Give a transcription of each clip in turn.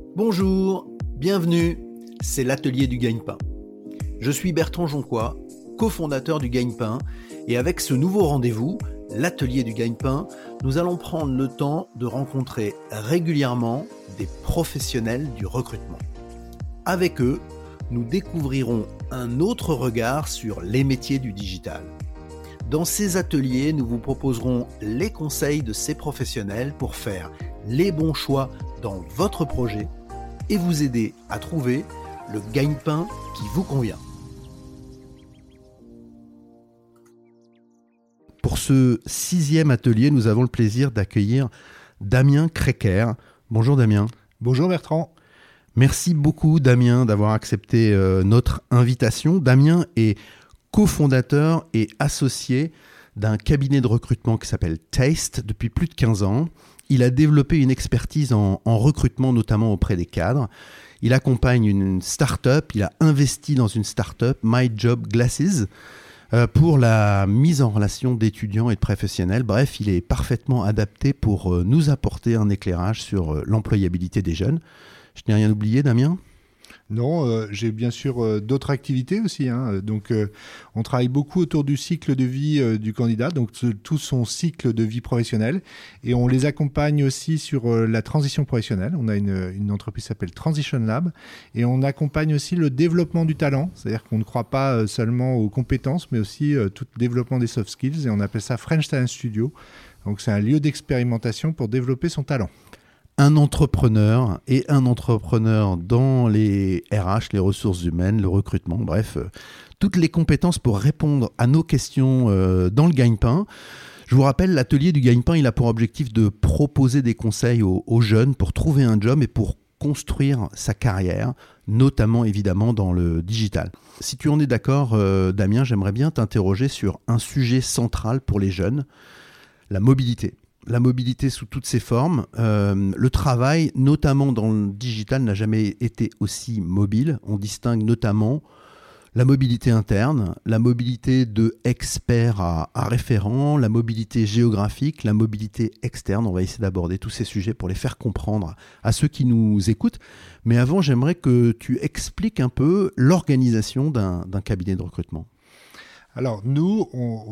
Bonjour, bienvenue, c'est l'atelier du gagne-pain. Je suis Bertrand Jonquois, cofondateur du Gagne-Pain, et avec ce nouveau rendez-vous, l'atelier du gagne-pain, nous allons prendre le temps de rencontrer régulièrement des professionnels du recrutement. Avec eux, nous découvrirons un autre regard sur les métiers du digital. Dans ces ateliers, nous vous proposerons les conseils de ces professionnels pour faire les bons choix dans votre projet et vous aider à trouver le gagne-pain qui vous convient. Pour ce 6e atelier, nous avons le plaisir d'accueillir Damien Krecker. Bonjour Damien. Bonjour Bertrand. Merci beaucoup Damien d'avoir accepté notre invitation. Damien est cofondateur et associé d'un cabinet de recrutement qui s'appelle Taste depuis plus de 15 ans. Il a développé une expertise en recrutement, notamment auprès des cadres. Il accompagne une start-up, il a investi dans une start-up, My Job Glasses, pour la mise en relation d'étudiants et de professionnels. Bref, il est parfaitement adapté pour nous apporter un éclairage sur l'employabilité des jeunes. Je n'ai rien oublié, Damien ? Non, j'ai bien sûr d'autres activités aussi. Donc, on travaille beaucoup autour du cycle de vie du candidat, donc tout son cycle de vie professionnelle. Et on les accompagne aussi sur la transition professionnelle. On a une entreprise qui s'appelle Transition Lab. Et on accompagne aussi le développement du talent. C'est-à-dire qu'on ne croit pas seulement aux compétences, mais aussi tout le développement des soft skills. Et on appelle ça French Talent Studio. Donc, c'est un lieu d'expérimentation pour développer son talent. Un entrepreneur et un entrepreneur dans les RH, les ressources humaines, le recrutement, bref, toutes les compétences pour répondre à nos questions dans le gagne-pain. Je vous rappelle, l'atelier du gagne-pain, il a pour objectif de proposer des conseils aux jeunes pour trouver un job et pour construire sa carrière, notamment évidemment dans le digital. Si tu en es d'accord, Damien, j'aimerais bien t'interroger sur un sujet central pour les jeunes, la mobilité. La mobilité sous toutes ses formes. Le travail, notamment dans le digital, n'a jamais été aussi mobile. On distingue notamment la mobilité interne, la mobilité de expert à référent, la mobilité géographique, la mobilité externe. On va essayer d'aborder tous ces sujets pour les faire comprendre à ceux qui nous écoutent. Mais avant, j'aimerais que tu expliques un peu l'organisation d'un cabinet de recrutement. Alors nous,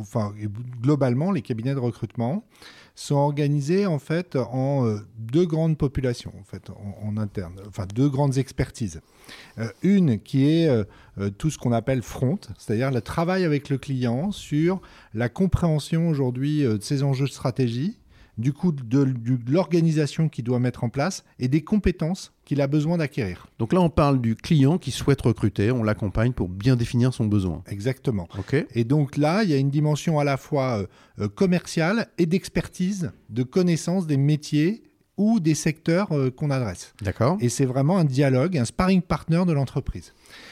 globalement, les cabinets de recrutement sont organisés en fait en deux grandes populations en interne, deux grandes expertises. Une qui est tout ce qu'on appelle front, c'est-à-dire le travail avec le client sur la compréhension aujourd'hui de ses enjeux de stratégie, du coup de l'organisation qu'il doit mettre en place et des compétences qu'il a besoin d'acquérir. Donc là, on parle du client qui souhaite recruter, on l'accompagne pour bien définir son besoin. Exactement. Okay. Et donc là, il y a une dimension à la fois commerciale et d'expertise, de connaissance des métiers ou des secteurs qu'on adresse. D'accord. Et c'est vraiment un dialogue, un sparring partner de l'entreprise.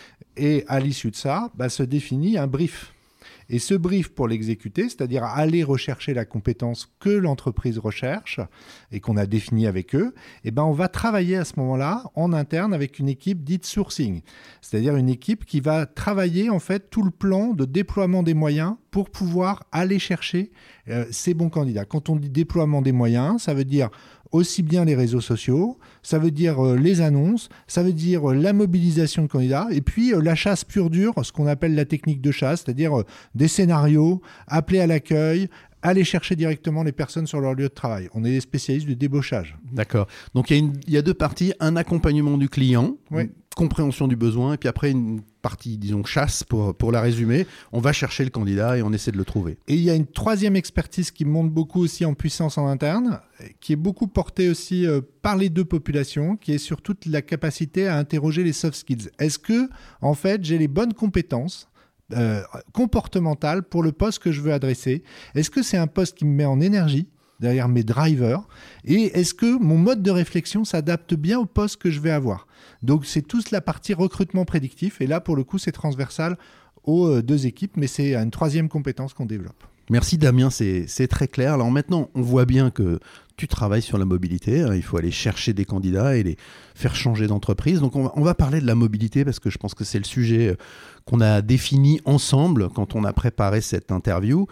Et à l'issue de ça, se définit un brief. Et ce brief pour l'exécuter, c'est-à-dire aller rechercher la compétence que l'entreprise recherche et qu'on a définie avec eux, on va travailler à ce moment-là en interne avec une équipe dite sourcing, c'est-à-dire une équipe qui va travailler en fait tout le plan de déploiement des moyens pour pouvoir aller chercher ces bons candidats. Quand on dit déploiement des moyens, ça veut dire aussi bien les réseaux sociaux, ça veut dire les annonces, ça veut dire la mobilisation de candidats et puis la chasse pure dure, ce qu'on appelle la technique de chasse, c'est-à-dire des scénarios, appeler à l'accueil, aller chercher directement les personnes sur leur lieu de travail. On est des spécialistes du débauchage. D'accord. Donc il y a deux parties, un accompagnement du client, une compréhension du besoin, et puis après une partie, disons, chasse, pour la résumer. On va chercher le candidat et on essaie de le trouver. Et il y a une troisième expertise qui monte beaucoup aussi en puissance en interne, qui est beaucoup portée aussi par les deux populations, qui est sur toute la capacité à interroger les soft skills. Est-ce que, en fait, j'ai les bonnes compétences comportementales pour le poste que je veux adresser? Est-ce que c'est un poste qui me met en énergie derrière mes drivers? Et est-ce que mon mode de réflexion s'adapte bien au poste que je vais avoir? Donc, c'est toute la partie recrutement prédictif. Et là, pour le coup, c'est transversal aux deux équipes, mais c'est une troisième compétence qu'on développe. Merci Damien, c'est très clair. Alors maintenant, on voit bien que tu travailles sur la mobilité. Il faut aller chercher des candidats et les faire changer d'entreprise. Donc on va parler de la mobilité parce que je pense que c'est le sujet qu'on a défini ensemble quand on a préparé cette interview.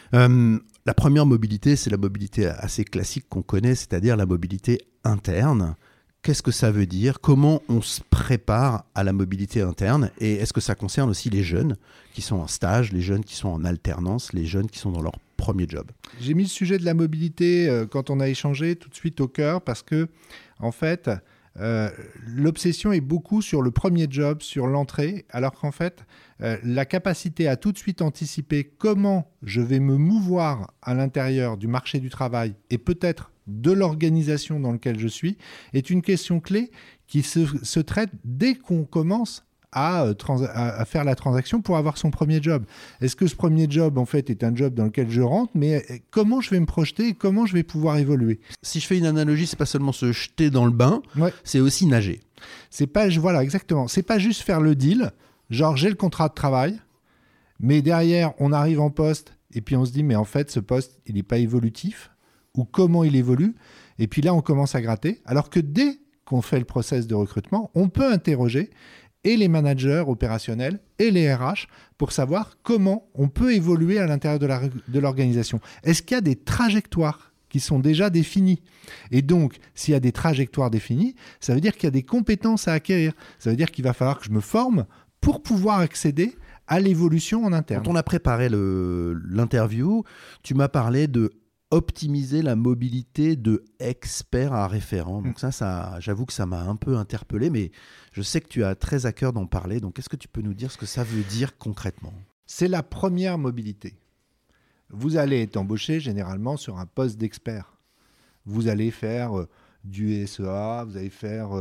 La première mobilité, c'est la mobilité assez classique qu'on connaît, c'est-à-dire la mobilité interne. Qu'est-ce que ça veut dire? Comment on se prépare à la mobilité interne? Et est-ce que ça concerne aussi les jeunes qui sont en stage, les jeunes qui sont en alternance, les jeunes qui sont dans leur premier job? J'ai mis le sujet de la mobilité quand on a échangé tout de suite au cœur parce que, en fait, l'obsession est beaucoup sur le premier job, sur l'entrée, alors qu'en fait, la capacité à tout de suite anticiper comment je vais me mouvoir à l'intérieur du marché du travail et peut-être de l'organisation dans laquelle je suis est une question clé qui se traite dès qu'on commence à faire la transaction pour avoir son premier job. Est-ce que ce premier job, en fait, est un job dans lequel je rentre, mais comment je vais me projeter et comment je vais pouvoir évoluer? Si je fais une analogie, c'est pas seulement se jeter dans le bain, c'est aussi nager. C'est pas, voilà, exactement. C'est pas juste faire le deal, genre j'ai le contrat de travail, mais derrière, on arrive en poste et puis on se dit, mais en fait, ce poste, il n'est pas évolutif, ou comment il évolue, et puis là, on commence à gratter, alors que dès qu'on fait le process de recrutement, on peut interroger et les managers opérationnels et les RH pour savoir comment on peut évoluer à l'intérieur de l'organisation. Est-ce qu'il y a des trajectoires qui sont déjà définies? Et donc, s'il y a des trajectoires définies, ça veut dire qu'il y a des compétences à acquérir. Ça veut dire qu'il va falloir que je me forme pour pouvoir accéder à l'évolution en interne. Quand on a préparé l'interview, tu m'as parlé de optimiser la mobilité de expert à référent. Donc ça, j'avoue que ça m'a un peu interpellé, mais je sais que tu as très à cœur d'en parler. Donc, est-ce que tu peux nous dire ce que ça veut dire concrètement? C'est la première mobilité. Vous allez être embauché généralement sur un poste d'expert. Vous allez faire du SEA, vous allez faire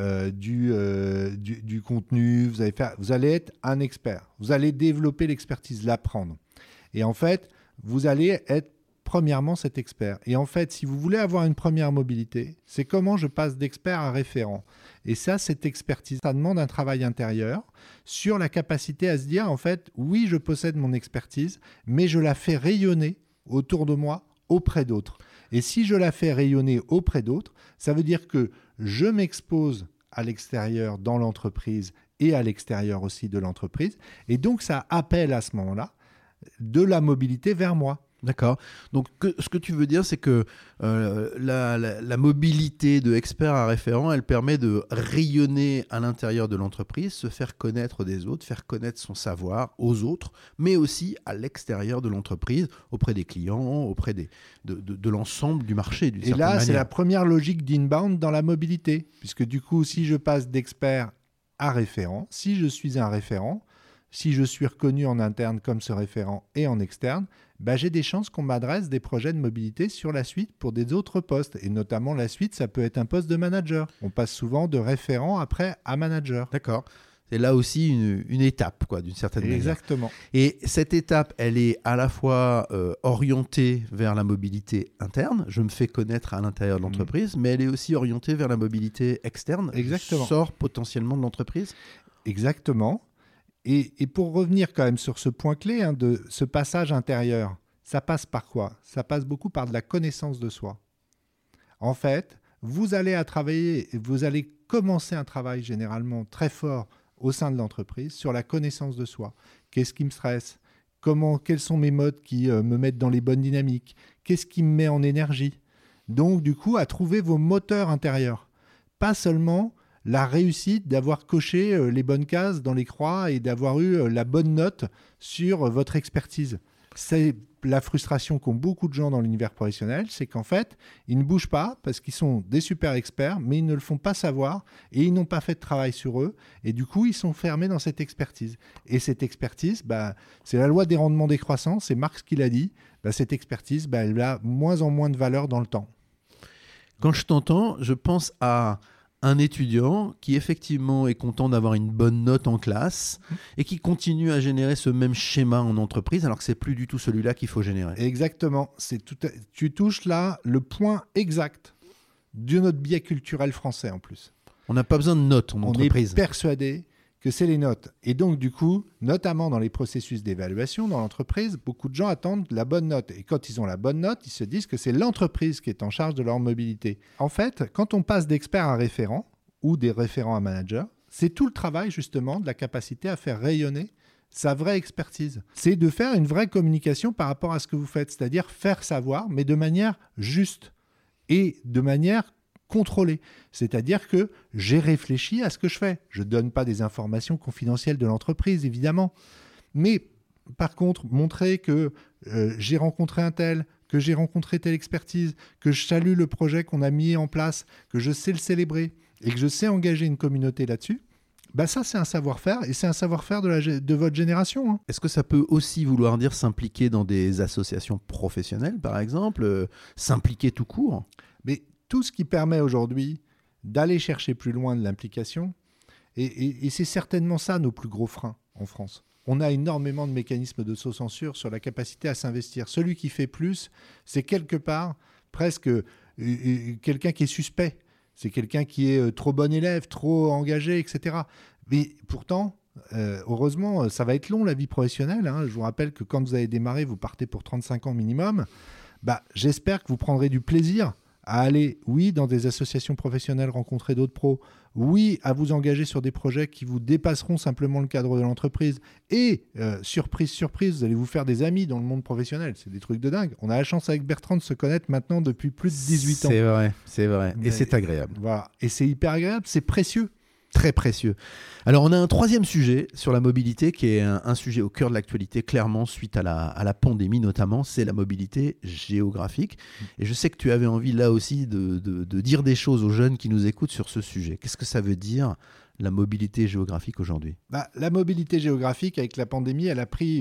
du contenu, vous allez être un expert. Vous allez développer l'expertise, l'apprendre. Et en fait, vous allez être premièrement cet expert. Et en fait, si vous voulez avoir une première mobilité, c'est comment je passe d'expert à référent. Et ça, cette expertise, ça demande un travail intérieur sur la capacité à se dire, en fait, oui, je possède mon expertise, mais je la fais rayonner autour de moi, auprès d'autres. Et si je la fais rayonner auprès d'autres, ça veut dire que je m'expose à l'extérieur dans l'entreprise et à l'extérieur aussi de l'entreprise. Et donc, ça appelle à ce moment-là de la mobilité vers moi. D'accord. Donc, ce que tu veux dire, c'est que la mobilité de expert à référent, elle permet de rayonner à l'intérieur de l'entreprise, se faire connaître des autres, faire connaître son savoir aux autres, mais aussi à l'extérieur de l'entreprise, auprès des clients, auprès de l'ensemble du marché. Et là, c'est la première logique d'inbound dans la mobilité, puisque du coup, si je passe d'expert à référent, si je suis un référent, si je suis reconnu en interne comme ce référent et en externe, j'ai des chances qu'on m'adresse des projets de mobilité sur la suite pour des autres postes. Et notamment, la suite, ça peut être un poste de manager. On passe souvent de référent après à manager. D'accord. C'est là aussi une étape, quoi, d'une certaine manière. Exactement. Et cette étape, elle est à la fois orientée vers la mobilité interne. Je me fais connaître à l'intérieur de l'entreprise, mais elle est aussi orientée vers la mobilité externe. Exactement. Je sors potentiellement de l'entreprise. Exactement. Et pour revenir quand même sur ce point clé de ce passage intérieur, ça passe par quoi? Ça passe beaucoup par de la connaissance de soi. En fait, vous allez commencer un travail généralement très fort au sein de l'entreprise sur la connaissance de soi. Qu'est-ce qui me stresse? Quels sont mes modes qui me mettent dans les bonnes dynamiques? Qu'est-ce qui me met en énergie? Donc, du coup, à trouver vos moteurs intérieurs. Pas seulement la réussite d'avoir coché les bonnes cases dans les croix et d'avoir eu la bonne note sur votre expertise. C'est la frustration qu'ont beaucoup de gens dans l'univers professionnel, c'est qu'en fait, ils ne bougent pas parce qu'ils sont des super experts, mais ils ne le font pas savoir et ils n'ont pas fait de travail sur eux. Et du coup, ils sont fermés dans cette expertise. Et cette expertise, c'est la loi des rendements décroissants, c'est Marx qui l'a dit. Cette expertise, elle a moins en moins de valeur dans le temps. Quand je t'entends, je pense à un étudiant qui effectivement est content d'avoir une bonne note en classe et qui continue à générer ce même schéma en entreprise alors que c'est plus du tout celui-là qu'il faut générer. Exactement. Tu touches là le point exact de notre biais culturel français en plus. On n'a pas besoin de notes en entreprise. On est persuadé que c'est les notes. Et donc, du coup, notamment dans les processus d'évaluation dans l'entreprise, beaucoup de gens attendent la bonne note. Et quand ils ont la bonne note, ils se disent que c'est l'entreprise qui est en charge de leur mobilité. En fait, quand on passe d'expert à référent ou des référents à manager, c'est tout le travail justement de la capacité à faire rayonner sa vraie expertise. C'est de faire une vraie communication par rapport à ce que vous faites, c'est-à-dire faire savoir, mais de manière juste et de manière contrôlé. C'est-à-dire que j'ai réfléchi à ce que je fais. Je ne donne pas des informations confidentielles de l'entreprise, évidemment. Mais par contre, montrer que j'ai rencontré un tel, que j'ai rencontré telle expertise, que je salue le projet qu'on a mis en place, que je sais le célébrer et que je sais engager une communauté là-dessus, ça, c'est un savoir-faire et c'est un savoir-faire de votre génération. Hein. Est-ce que ça peut aussi vouloir dire s'impliquer dans des associations professionnelles, par exemple, s'impliquer tout court? Mais tout ce qui permet aujourd'hui d'aller chercher plus loin de l'implication, et c'est certainement ça nos plus gros freins en France. On a énormément de mécanismes d'autocensure sur la capacité à s'investir. Celui qui fait plus, c'est quelque part presque quelqu'un qui est suspect. C'est quelqu'un qui est trop bon élève, trop engagé, etc. Mais pourtant, heureusement, ça va être long la vie professionnelle. Hein. Je vous rappelle que quand vous avez démarré, vous partez pour 35 ans minimum. J'espère que vous prendrez du plaisir à aller, oui, dans des associations professionnelles, rencontrer d'autres pros, oui, à vous engager sur des projets qui vous dépasseront simplement le cadre de l'entreprise. Et, surprise, surprise, vous allez vous faire des amis dans le monde professionnel. C'est des trucs de dingue. On a la chance avec Bertrand de se connaître maintenant depuis plus de 18 ans. C'est vrai. Et c'est agréable. Voilà. Et c'est hyper agréable, c'est précieux. Très précieux. Alors, on a un troisième sujet sur la mobilité qui est un sujet au cœur de l'actualité, clairement, suite à la pandémie notamment, c'est la mobilité géographique. Et je sais que tu avais envie, là aussi, de dire des choses aux jeunes qui nous écoutent sur ce sujet. Qu'est-ce que ça veut dire, la mobilité géographique aujourd'hui ? La mobilité géographique, avec la pandémie, elle a pris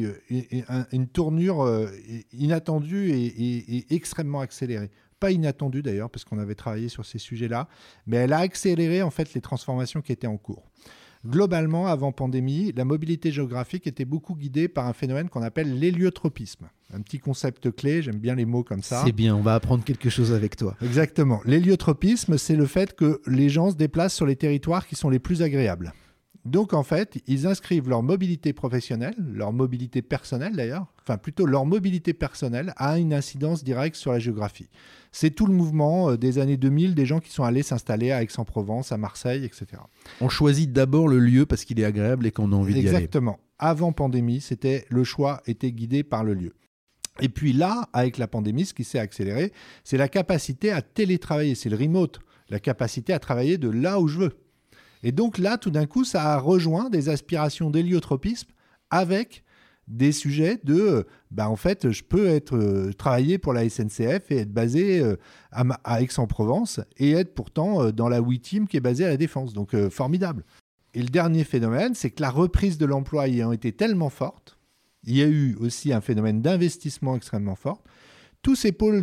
une tournure inattendue et extrêmement accélérée. Pas inattendue d'ailleurs, parce qu'on avait travaillé sur ces sujets-là, mais elle a accéléré en fait les transformations qui étaient en cours. Globalement, avant pandémie, la mobilité géographique était beaucoup guidée par un phénomène qu'on appelle l'héliotropisme. Un petit concept clé, j'aime bien les mots comme ça. C'est bien, on va apprendre quelque chose avec toi. Exactement. L'héliotropisme, c'est le fait que les gens se déplacent sur les territoires qui sont les plus agréables. Donc, en fait, ils inscrivent leur mobilité professionnelle, leur mobilité personnelle d'ailleurs, enfin plutôt leur mobilité personnelle a une incidence directe sur la géographie. C'est tout le mouvement des années 2000, des gens qui sont allés s'installer à Aix-en-Provence, à Marseille, etc. On choisit d'abord le lieu parce qu'il est agréable et qu'on a envie d'y aller. Exactement. Avant pandémie, le choix était guidé par le lieu. Et puis là, avec la pandémie, ce qui s'est accéléré, c'est la capacité à télétravailler, c'est le remote, la capacité à travailler de là où je veux. Et donc là, tout d'un coup, ça a rejoint des aspirations d'héliotropisme avec des sujets de, en fait, je peux travailler pour la SNCF et être basé à Aix-en-Provence et être pourtant dans la WeTeam qui est basée à la Défense. Donc, formidable. Et le dernier phénomène, c'est que la reprise de l'emploi ayant été tellement forte, il y a eu aussi un phénomène d'investissement extrêmement fort. Tous ces pôles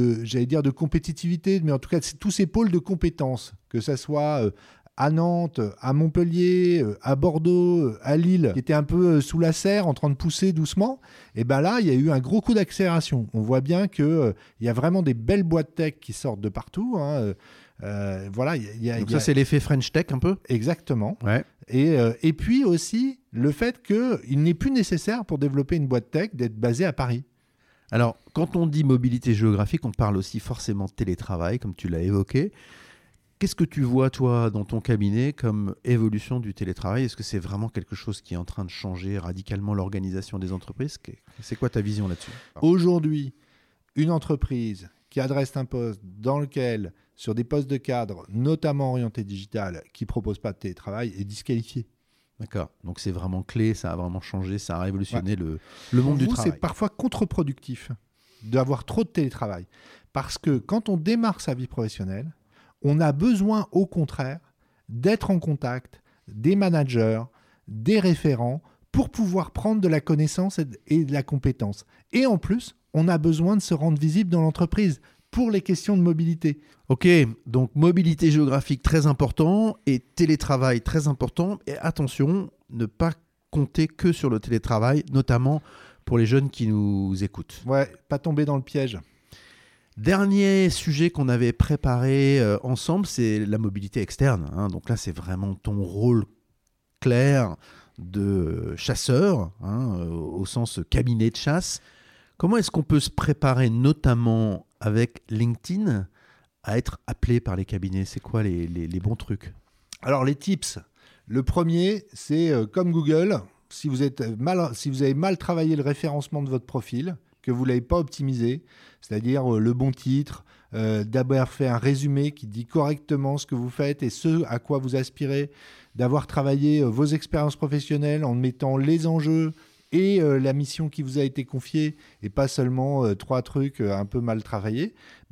de compétitivité, mais en tout cas, tous ces pôles de compétences, que ça soit à Nantes, à Montpellier, à Bordeaux, à Lille, qui étaient un peu sous la serre, en train de pousser doucement, et là, il y a eu un gros coup d'accélération. On voit bien qu'il y a vraiment des belles boîtes tech qui sortent de partout. Hein. Voilà, donc ça, c'est l'effet French Tech un peu ? Exactement. Ouais. Et puis aussi, le fait qu'il n'est plus nécessaire pour développer une boîte tech d'être basé à Paris. Alors, quand on dit mobilité géographique, on parle aussi forcément de télétravail, comme tu l'as évoqué. Qu'est-ce que tu vois, toi, dans ton cabinet comme évolution du télétravail ? Est-ce que c'est vraiment quelque chose qui est en train de changer radicalement l'organisation des entreprises ? C'est quoi ta vision là-dessus ? Aujourd'hui, une entreprise qui adresse un poste dans lequel, sur des postes de cadre, notamment orientés digital, qui ne propose pas de télétravail, est disqualifiée. D'accord. Donc c'est vraiment clé, ça a vraiment changé, ça a révolutionné le monde du travail. C'est parfois contre-productif d'avoir trop de télétravail. Parce que quand on démarre sa vie professionnelle, on a besoin, au contraire, d'être en contact des managers, des référents, pour pouvoir prendre de la connaissance et de la compétence. Et en plus, on a besoin de se rendre visible dans l'entreprise pour les questions de mobilité. Ok, donc mobilité géographique très important et télétravail très important. Et attention, ne pas compter que sur le télétravail, notamment pour les jeunes qui nous écoutent. Ouais, pas tomber dans le piège. Dernier sujet qu'on avait préparé ensemble, c'est la mobilité externe. Hein. Donc là, c'est vraiment ton rôle clair de chasseur, au sens cabinet de chasse. Comment est-ce qu'on peut se préparer, notamment avec LinkedIn, à être appelé par les cabinets ? C'est quoi les bons trucs ? Alors, les tips. Le premier, c'est comme Google, si vous avez mal travaillé le référencement de votre profil, que vous ne l'avez pas optimisé, c'est-à-dire le bon titre, d'avoir fait un résumé qui dit correctement ce que vous faites et ce à quoi vous aspirez, d'avoir travaillé vos expériences professionnelles en mettant les enjeux et la mission qui vous a été confiée et pas seulement 3 trucs un peu mal travaillés,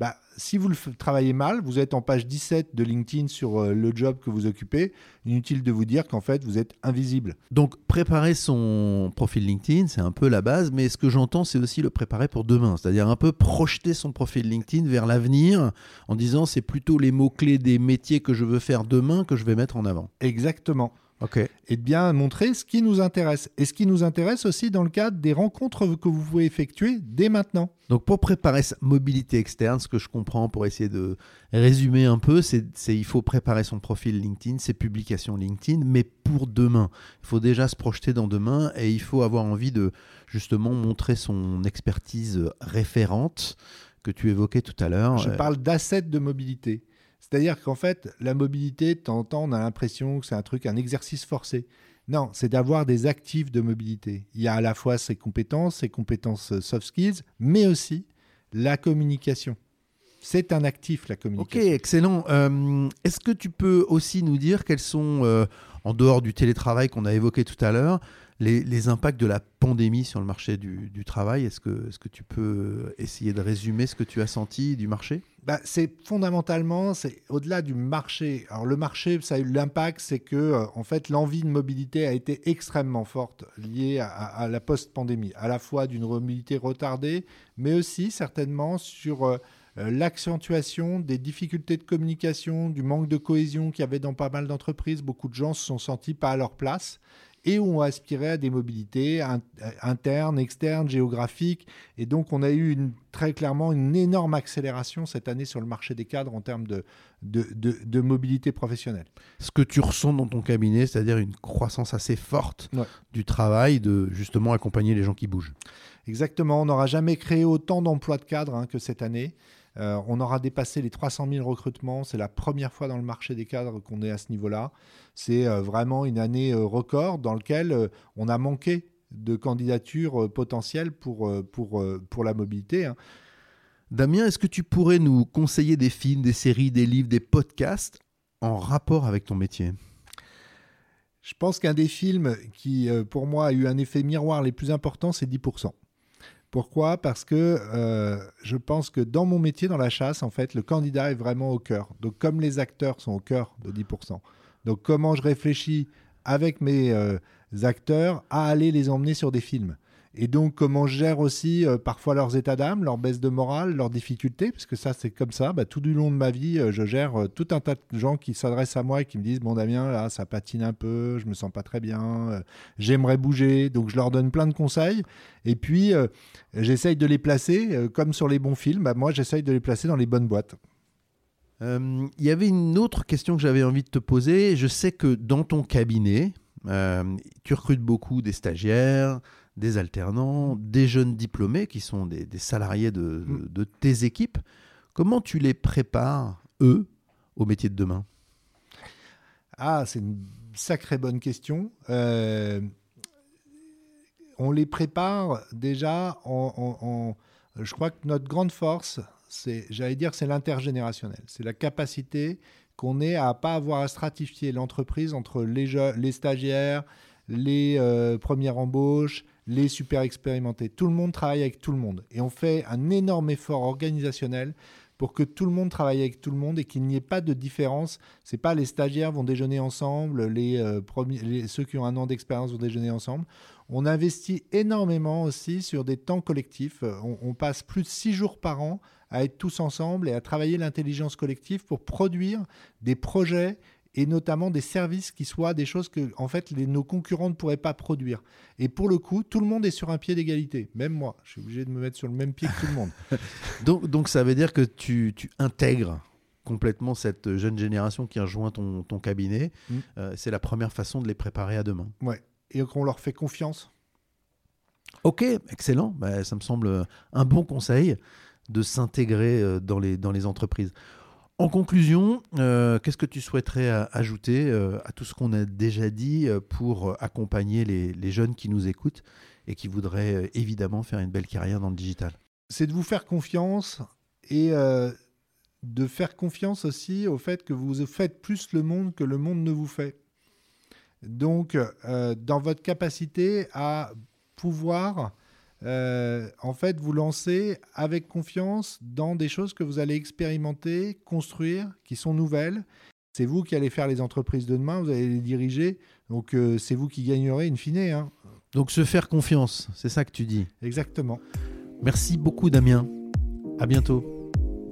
si vous le travaillez mal, vous êtes en page 17 de LinkedIn sur le job que vous occupez, inutile de vous dire qu'en fait vous êtes invisible. Donc préparer son profil LinkedIn, c'est un peu la base, mais ce que j'entends, c'est aussi le préparer pour demain, c'est-à-dire un peu projeter son profil LinkedIn vers l'avenir en disant c'est plutôt les mots-clés des métiers que je veux faire demain que je vais mettre en avant. Exactement. Okay. Et de bien montrer ce qui nous intéresse. Et ce qui nous intéresse aussi dans le cadre des rencontres que vous pouvez effectuer dès maintenant. Donc pour préparer sa mobilité externe, ce que je comprends pour essayer de résumer un peu, c'est il faut préparer son profil LinkedIn, ses publications LinkedIn, mais pour demain. Il faut déjà se projeter dans demain et il faut avoir envie de justement montrer son expertise référente que tu évoquais tout à l'heure. Je parle d'assets de mobilité. C'est-à-dire qu'en fait, la mobilité, de temps en temps, on a l'impression que c'est un exercice forcé. Non, c'est d'avoir des actifs de mobilité. Il y a à la fois ses compétences soft skills, mais aussi la communication. C'est un actif, la communication. Ok, excellent. Est-ce que tu peux aussi nous dire quels sont, en dehors du télétravail qu'on a évoqué tout à l'heure, les impacts de la pandémie sur le marché du travail? Est-ce que tu peux essayer de résumer ce que tu as senti du marché? C'est fondamentalement, c'est au-delà du marché. Alors le marché, ça a eu l'impact, c'est que en fait l'envie de mobilité a été extrêmement forte liée à la post-pandémie, à la fois d'une mobilité retardée, mais aussi certainement sur l'accentuation des difficultés de communication, du manque de cohésion qu'il y avait dans pas mal d'entreprises. Beaucoup de gens se sont sentis pas à leur place et ont aspiré à des mobilités internes, externes, géographiques. Et donc, on a eu très clairement une énorme accélération cette année sur le marché des cadres en termes de mobilité professionnelle. Ce que tu ressens dans ton cabinet, c'est-à-dire une croissance assez forte du travail, de justement accompagner les gens qui bougent. Exactement. On n'aura jamais créé autant d'emplois de cadres que cette année. On aura dépassé les 300 000 recrutements. C'est la première fois dans le marché des cadres qu'on est à ce niveau-là. C'est vraiment une année record dans laquelle on a manqué de candidatures potentielles pour la mobilité. Damien, est-ce que tu pourrais nous conseiller des films, des séries, des livres, des podcasts en rapport avec ton métier ? Je pense qu'un des films qui, pour moi, a eu un effet miroir les plus importants, c'est 10%. Pourquoi ? Parce que je pense que dans mon métier, dans la chasse, en fait, le candidat est vraiment au cœur. Donc, comme les acteurs sont au cœur de 10%. Donc, comment je réfléchis avec mes acteurs à aller les emmener sur des films ? Et donc, comment je gère aussi parfois leurs états d'âme, leur baisse de morale, leurs difficultés, parce que ça, c'est comme ça. Tout du long de ma vie, je gère tout un tas de gens qui s'adressent à moi et qui me disent « Bon, Damien, là, ça patine un peu, je me sens pas très bien, j'aimerais bouger. » Donc, je leur donne plein de conseils. Et puis, j'essaye de les placer, comme sur les bons films, moi, j'essaye de les placer dans les bonnes boîtes. Il y avait une autre question que j'avais envie de te poser. Je sais que dans ton cabinet, tu recrutes beaucoup des stagiaires, des alternants, des jeunes diplômés qui sont des salariés de tes équipes. Comment tu les prépares, eux, au métier de demain ? Ah, c'est une sacrée bonne question. On les prépare déjà je crois que notre grande force, c'est l'intergénérationnel. C'est la capacité qu'on ait à ne pas avoir à stratifier l'entreprise entre les stagiaires, les premières embauches, les super expérimentés. Tout le monde travaille avec tout le monde. Et on fait un énorme effort organisationnel pour que tout le monde travaille avec tout le monde et qu'il n'y ait pas de différence. C'est pas les stagiaires vont déjeuner ensemble, ceux qui ont 1 an d'expérience vont déjeuner ensemble. On investit énormément aussi sur des temps collectifs. On passe plus de 6 jours par an à être tous ensemble et à travailler l'intelligence collective pour produire des projets et notamment des services qui soient des choses que en fait, nos concurrents ne pourraient pas produire. Et pour le coup, tout le monde est sur un pied d'égalité. Même moi, je suis obligé de me mettre sur le même pied que tout le monde. donc ça veut dire que tu intègres complètement cette jeune génération qui rejoint ton cabinet. C'est la première façon de les préparer à demain. Ouais. Et qu'on leur fait confiance. Ok, excellent. Ça me semble un bon conseil de s'intégrer dans les entreprises. En conclusion, qu'est-ce que tu souhaiterais ajouter à tout ce qu'on a déjà dit pour accompagner les jeunes qui nous écoutent et qui voudraient évidemment faire une belle carrière dans le digital? C'est de vous faire confiance et de faire confiance aussi au fait que vous faites plus le monde que le monde ne vous fait. Donc, dans votre capacité à pouvoir en fait vous lancer avec confiance dans des choses que vous allez expérimenter, construire, qui sont nouvelles. C'est vous qui allez faire les entreprises de demain, vous allez les diriger, donc c'est vous qui gagnerez in fine. Hein. Donc se faire confiance, c'est ça que tu dis. Exactement. Merci beaucoup Damien, à bientôt.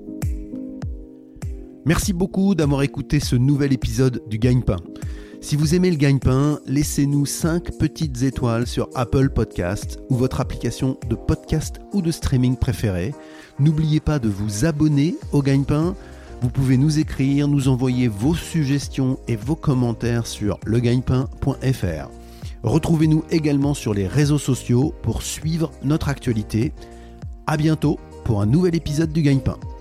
Merci beaucoup d'avoir écouté ce nouvel épisode du Gagne-Pain. Si vous aimez le Gagne-Pain, laissez-nous 5 petites étoiles sur Apple Podcast ou votre application de podcast ou de streaming préférée. N'oubliez pas de vous abonner au Gagne-Pain. Vous pouvez nous écrire, nous envoyer vos suggestions et vos commentaires sur legagnepain.fr. Retrouvez-nous également sur les réseaux sociaux pour suivre notre actualité. À bientôt pour un nouvel épisode du Gagne-Pain.